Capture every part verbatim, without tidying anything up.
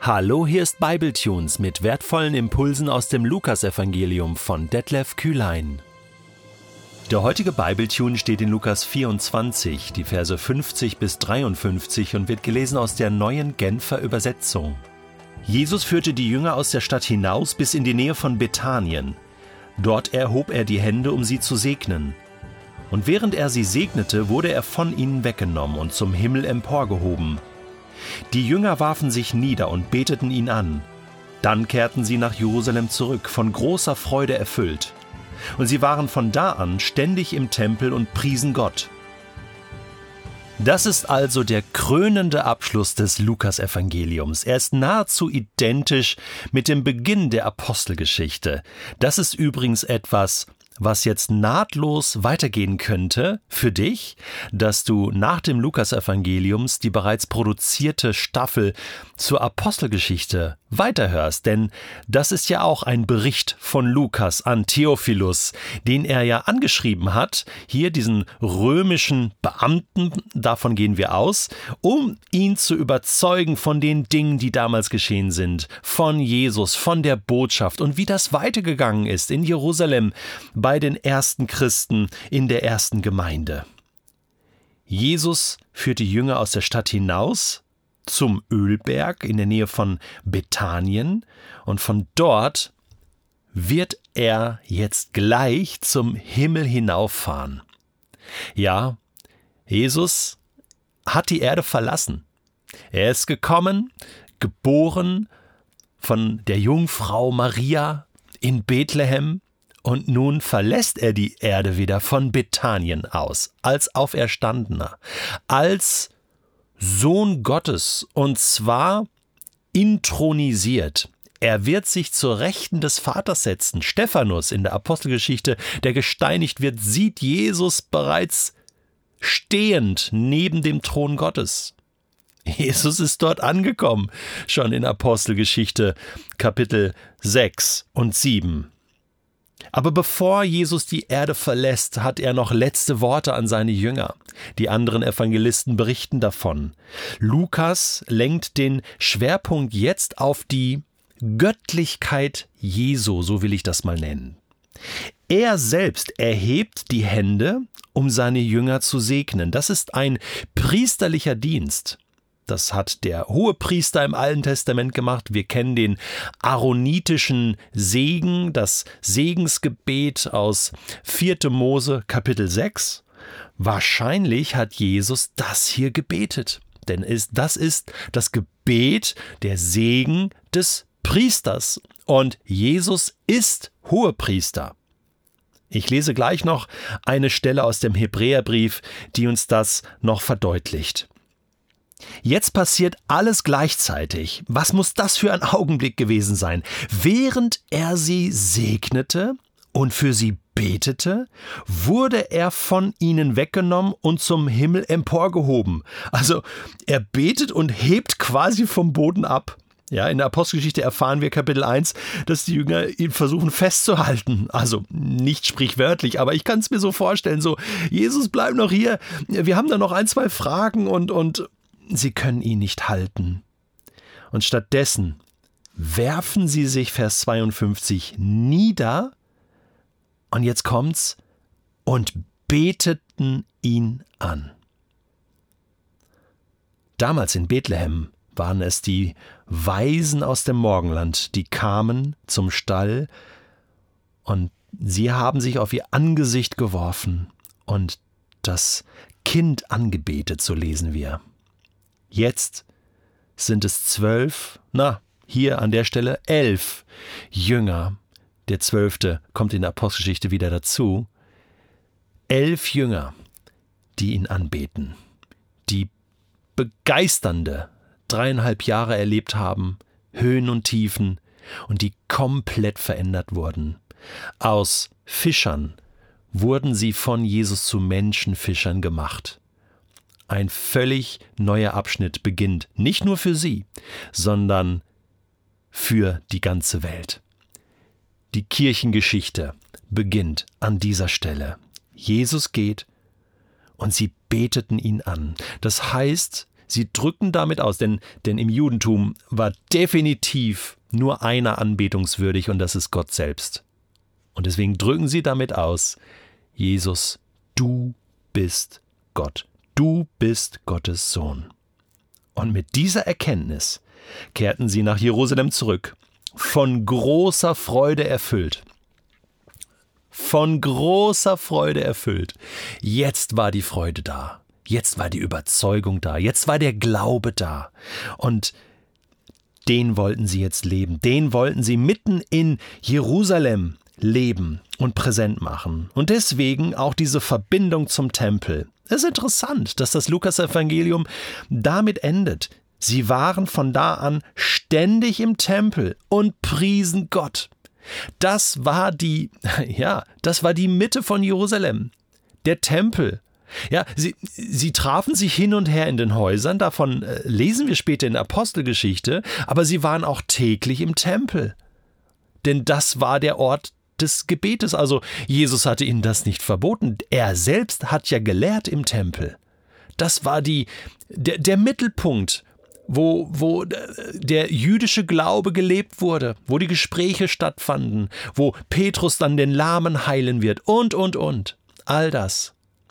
Hallo, hier ist Bibletunes mit wertvollen Impulsen aus dem Lukasevangelium von Detlef Kühlein. Der heutige Bibletune steht in Lukas vierundzwanzig, die Verse fünfzig bis dreiundfünfzig und wird gelesen aus der neuen Genfer Übersetzung. Jesus führte die Jünger aus der Stadt hinaus bis in die Nähe von Bethanien. Dort erhob er die Hände, um sie zu segnen. Und während er sie segnete, wurde er von ihnen weggenommen und zum Himmel emporgehoben. Die Jünger warfen sich nieder und beteten ihn an. Dann kehrten sie nach Jerusalem zurück, von großer Freude erfüllt. Und sie waren von da an ständig im Tempel und priesen Gott. Das ist also der krönende Abschluss des Lukasevangeliums. Er ist nahezu identisch mit dem Beginn der Apostelgeschichte. Das ist übrigens etwas, was jetzt nahtlos weitergehen könnte für dich, dass du nach dem Lukasevangeliums die bereits produzierte Staffel zur Apostelgeschichte weiterhörst. Denn das ist ja auch ein Bericht von Lukas an Theophilus, den er ja angeschrieben hat, hier diesen römischen Beamten, davon gehen wir aus, um ihn zu überzeugen von den Dingen, die damals geschehen sind, von Jesus, von der Botschaft und wie das weitergegangen ist in Jerusalem, bei den ersten Christen in der ersten Gemeinde. Jesus führt die Jünger aus der Stadt hinaus zum Ölberg in der Nähe von Bethanien und von dort wird er jetzt gleich zum Himmel hinauffahren. Ja, Jesus hat die Erde verlassen. Er ist gekommen, geboren von der Jungfrau Maria in Bethlehem. Und nun verlässt er die Erde wieder von Bethanien aus, als Auferstandener, als Sohn Gottes, und zwar intronisiert. Er wird sich zur Rechten des Vaters setzen. Stephanus in der Apostelgeschichte, der gesteinigt wird, sieht Jesus bereits stehend neben dem Thron Gottes. Jesus ist dort angekommen, schon in Apostelgeschichte Kapitel sechs und sieben. Aber bevor Jesus die Erde verlässt, hat er noch letzte Worte an seine Jünger. Die anderen Evangelisten berichten davon. Lukas lenkt den Schwerpunkt jetzt auf die Göttlichkeit Jesu, so will ich das mal nennen. Er selbst erhebt die Hände, um seine Jünger zu segnen. Das ist ein priesterlicher Dienst. Das hat der Hohepriester im Alten Testament gemacht. Wir kennen den aaronitischen Segen, das Segensgebet aus vierte Mose Kapitel sechs. Wahrscheinlich hat Jesus das hier gebetet, denn das ist das Gebet, der Segen des Priesters. Und Jesus ist Hohepriester. Ich lese gleich noch eine Stelle aus dem Hebräerbrief, die uns das noch verdeutlicht. Jetzt passiert alles gleichzeitig. Was muss das für ein Augenblick gewesen sein? Während er sie segnete und für sie betete, wurde er von ihnen weggenommen und zum Himmel emporgehoben. Also er betet und hebt quasi vom Boden ab. Ja, in der Apostelgeschichte erfahren wir Kapitel eins, dass die Jünger ihn versuchen festzuhalten. Also nicht sprichwörtlich, aber ich kann es mir so vorstellen, so, Jesus, bleib noch hier, wir haben da noch ein, zwei Fragen und, und sie können ihn nicht halten. Und stattdessen werfen sie sich, Vers zweiundfünfzig, nieder, und jetzt kommt's, und beteten ihn an. Damals in Bethlehem waren es die Weisen aus dem Morgenland, die kamen zum Stall, und sie haben sich auf ihr Angesicht geworfen und das Kind angebetet, so lesen wir. Jetzt sind es zwölf, na, hier an der Stelle elf Jünger. Der zwölfte kommt in der Apostelgeschichte wieder dazu. Elf Jünger, die ihn anbeten, die begeisternde dreieinhalb Jahre erlebt haben, Höhen und Tiefen, und die komplett verändert wurden. Aus Fischern wurden sie von Jesus zu Menschenfischern gemacht. Ein völlig neuer Abschnitt beginnt, nicht nur für sie, sondern für die ganze Welt. Die Kirchengeschichte beginnt an dieser Stelle. Jesus geht und sie beteten ihn an. Das heißt, Sie drücken damit aus, denn, denn im Judentum war definitiv nur einer anbetungswürdig und das ist Gott selbst. Und deswegen drücken sie damit aus, Jesus, du bist Gott. Du bist Gottes Sohn. Und mit dieser Erkenntnis kehrten sie nach Jerusalem zurück, von großer Freude erfüllt. Von großer Freude erfüllt. Jetzt war die Freude da. Jetzt war die Überzeugung da. Jetzt war der Glaube da. Und den wollten sie jetzt leben. Den wollten sie mitten in Jerusalem leben und präsent machen. Und deswegen auch diese Verbindung zum Tempel. Es ist interessant, dass das Lukas-Evangelium damit endet. Sie waren von da an ständig im Tempel und priesen Gott. Das war die, ja, das war die Mitte von Jerusalem. Der Tempel. Ja, sie, sie trafen sich hin und her in den Häusern, davon äh, lesen wir später in der Apostelgeschichte, aber sie waren auch täglich im Tempel. Denn das war der Ort des Gebetes, also Jesus hatte ihnen das nicht verboten. Er selbst hat ja gelehrt im Tempel. Das war die, der, der Mittelpunkt, wo, wo der jüdische Glaube gelebt wurde, wo die Gespräche stattfanden, wo Petrus dann den Lahmen heilen wird und, und, und. All das.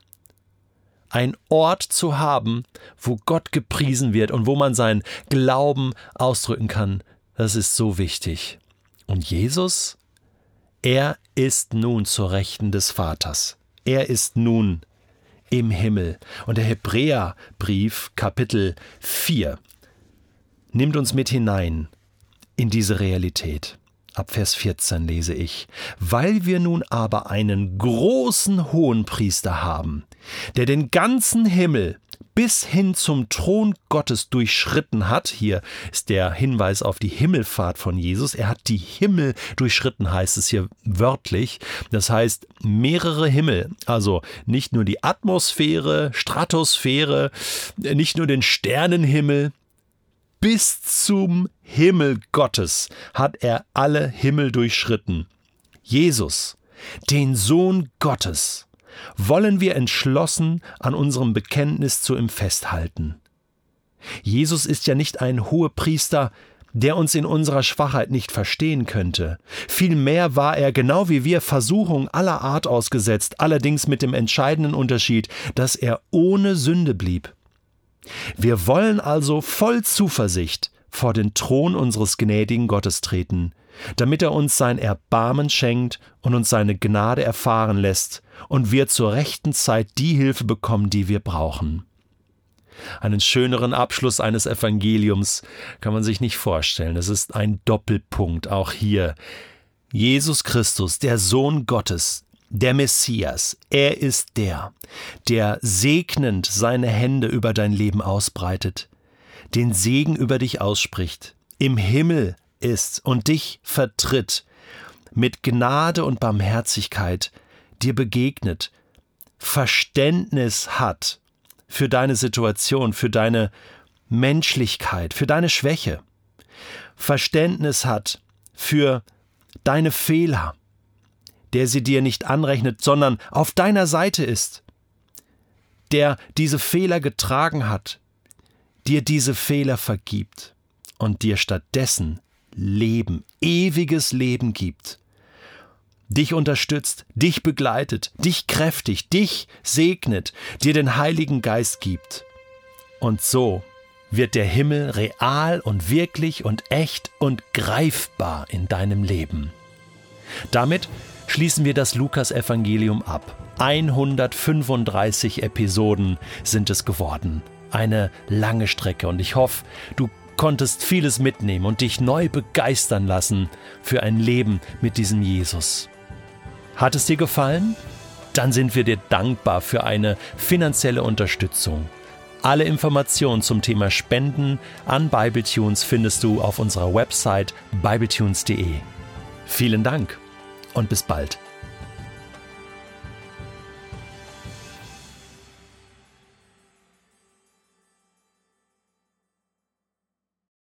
Ein Ort zu haben, wo Gott gepriesen wird und wo man seinen Glauben ausdrücken kann, das ist so wichtig. Und Jesus, er ist nun zur Rechten des Vaters. Er ist nun im Himmel. Und der Hebräerbrief, Kapitel vier, nimmt uns mit hinein in diese Realität. Ab Vers vierzehn lese ich: Weil wir nun aber einen großen Hohenpriester haben, der den ganzen Himmel bis hin zum Thron Gottes durchschritten hat. Hier ist der Hinweis auf die Himmelfahrt von Jesus. Er hat die Himmel durchschritten, heißt es hier wörtlich. Das heißt mehrere Himmel, also nicht nur die Atmosphäre, Stratosphäre, nicht nur den Sternenhimmel. Bis zum Himmel Gottes hat er alle Himmel durchschritten. Jesus, den Sohn Gottes, wollen wir entschlossen an unserem Bekenntnis zu ihm festhalten. Jesus ist ja nicht ein Hohepriester, der uns in unserer Schwachheit nicht verstehen könnte. Vielmehr war er, genau wie wir, Versuchung aller Art ausgesetzt, allerdings mit dem entscheidenden Unterschied, dass er ohne Sünde blieb. Wir wollen also voll Zuversicht vor den Thron unseres gnädigen Gottes treten, damit er uns sein Erbarmen schenkt und uns seine Gnade erfahren lässt und wir zur rechten Zeit die Hilfe bekommen, die wir brauchen. Einen schöneren Abschluss eines Evangeliums kann man sich nicht vorstellen. Es ist ein Doppelpunkt auch hier. Jesus Christus, der Sohn Gottes, der Messias, er ist der, der segnend seine Hände über dein Leben ausbreitet, den Segen über dich ausspricht, im Himmel ist und dich vertritt, mit Gnade und Barmherzigkeit dir begegnet, Verständnis hat für deine Situation, für deine Menschlichkeit, für deine Schwäche, Verständnis hat für deine Fehler, der sie dir nicht anrechnet, sondern auf deiner Seite ist, der diese Fehler getragen hat, dir diese Fehler vergibt und dir stattdessen Leben, ewiges Leben gibt, dich unterstützt, dich begleitet, dich kräftigt, dich segnet, dir den Heiligen Geist gibt. Und so wird der Himmel real und wirklich und echt und greifbar in deinem Leben. Damit schließen wir das Lukas-Evangelium ab. hundertfünfunddreißig Episoden sind es geworden. Eine lange Strecke und ich hoffe, du konntest vieles mitnehmen und dich neu begeistern lassen für ein Leben mit diesem Jesus. Hat es dir gefallen? Dann sind wir dir dankbar für eine finanzielle Unterstützung. Alle Informationen zum Thema Spenden an Bibletunes findest du auf unserer Website bibletunes punkt de. Vielen Dank und bis bald.